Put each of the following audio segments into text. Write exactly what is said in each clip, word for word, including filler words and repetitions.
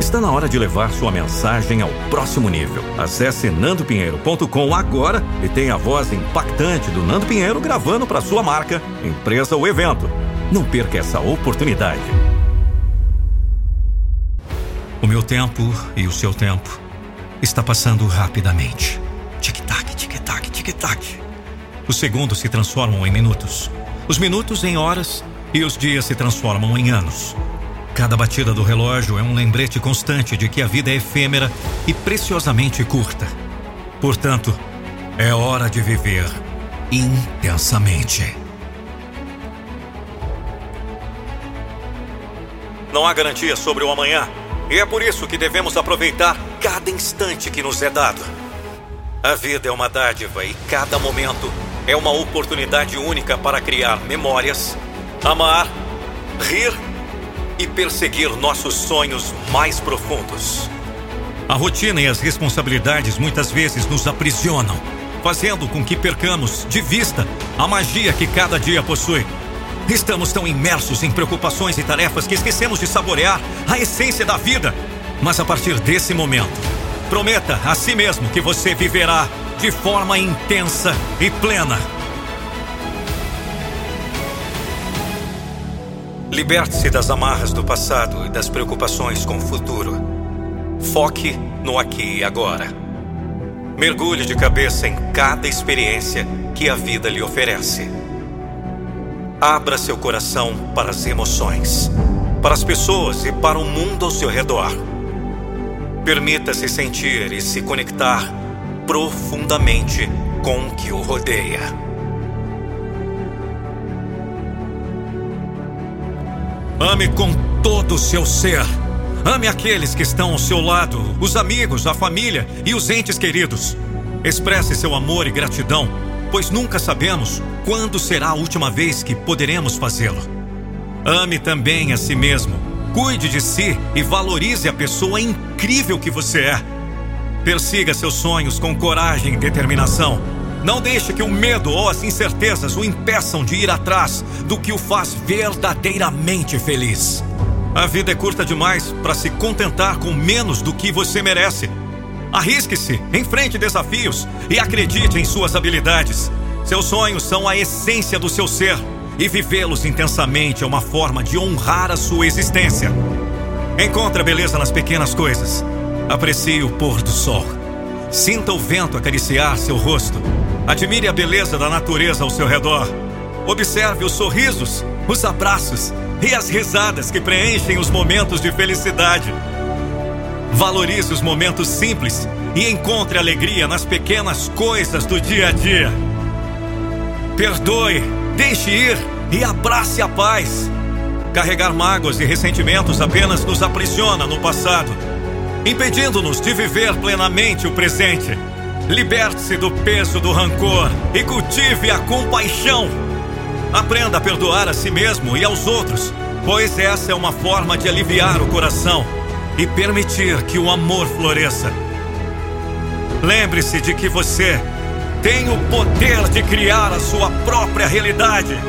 Está na hora de levar sua mensagem ao próximo nível. Acesse nando pinheiro ponto com agora e tenha a voz impactante do Nando Pinheiro gravando para sua marca, empresa ou evento. Não perca essa oportunidade. O meu tempo e o seu tempo está passando rapidamente. Tic-tac, tic-tac, tic-tac. Os segundos se transformam em minutos, os minutos em horas e os dias se transformam em anos. Cada batida do relógio é um lembrete constante de que a vida é efêmera e preciosamente curta. Portanto, é hora de viver intensamente. Não há garantia sobre o amanhã, e é por isso que devemos aproveitar cada instante que nos é dado. A vida é uma dádiva e cada momento é uma oportunidade única para criar memórias, amar, rir e perseguir nossos sonhos mais profundos. A rotina e as responsabilidades muitas vezes nos aprisionam, fazendo com que percamos de vista a magia que cada dia possui. Estamos tão imersos em preocupações e tarefas que esquecemos de saborear a essência da vida. Mas a partir desse momento, prometa a si mesmo que você viverá de forma intensa e plena. Liberte-se das amarras do passado e das preocupações com o futuro. Foque no aqui e agora. Mergulhe de cabeça em cada experiência que a vida lhe oferece. Abra seu coração para as emoções, para as pessoas e para o mundo ao seu redor. Permita-se sentir e se conectar profundamente com o que o rodeia. Ame com todo o seu ser. Ame aqueles que estão ao seu lado, os amigos, a família e os entes queridos. Expresse seu amor e gratidão, pois nunca sabemos quando será a última vez que poderemos fazê-lo. Ame também a si mesmo. Cuide de si e valorize a pessoa incrível que você é. Persiga seus sonhos com coragem e determinação. Não deixe que o medo ou as incertezas o impeçam de ir atrás do que o faz verdadeiramente feliz. A vida é curta demais para se contentar com menos do que você merece. Arrisque-se, enfrente desafios e acredite em suas habilidades. Seus sonhos são a essência do seu ser e vivê-los intensamente é uma forma de honrar a sua existência. Encontre a beleza nas pequenas coisas. Aprecie o pôr do sol. Sinta o vento acariciar seu rosto. Admire a beleza da natureza ao seu redor. Observe os sorrisos, os abraços e as risadas que preenchem os momentos de felicidade. Valorize os momentos simples e encontre alegria nas pequenas coisas do dia a dia. Perdoe, deixe ir e abrace a paz. Carregar mágoas e ressentimentos apenas nos aprisiona no passado, impedindo-nos de viver plenamente o presente. Liberte-se do peso do rancor e cultive a compaixão. Aprenda a perdoar a si mesmo e aos outros, pois essa é uma forma de aliviar o coração e permitir que o amor floresça. Lembre-se de que você tem o poder de criar a sua própria realidade.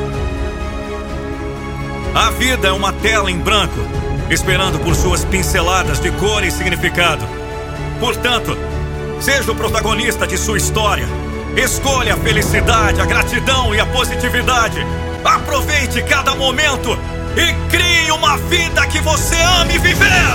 A vida é uma tela em branco, esperando por suas pinceladas de cor e significado. Portanto, seja o protagonista de sua história. Escolha a felicidade, a gratidão e a positividade. Aproveite cada momento e crie uma vida que você ame viver.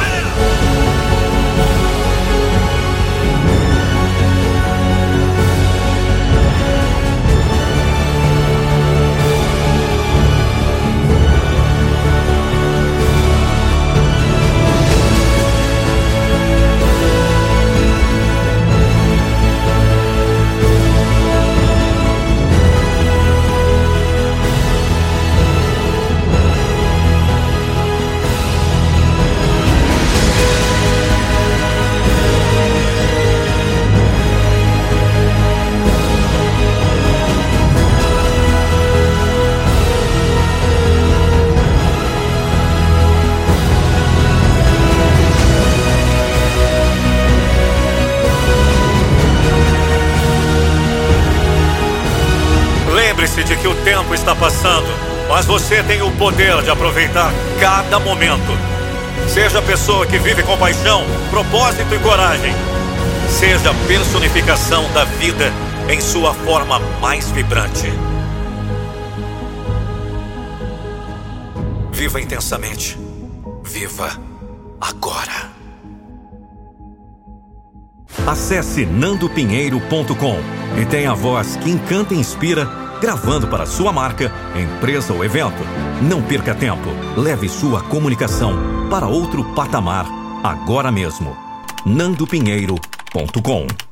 Lembre-se de que o tempo está passando, mas você tem o poder de aproveitar cada momento. Seja a pessoa que vive com paixão, propósito e coragem. Seja a personificação da vida em sua forma mais vibrante. Viva intensamente. Viva agora. Acesse nando pinheiro ponto com e tenha a voz que encanta e inspira, gravando para sua marca, empresa ou evento. Não perca tempo. Leve sua comunicação para outro patamar agora mesmo. nando pinheiro ponto com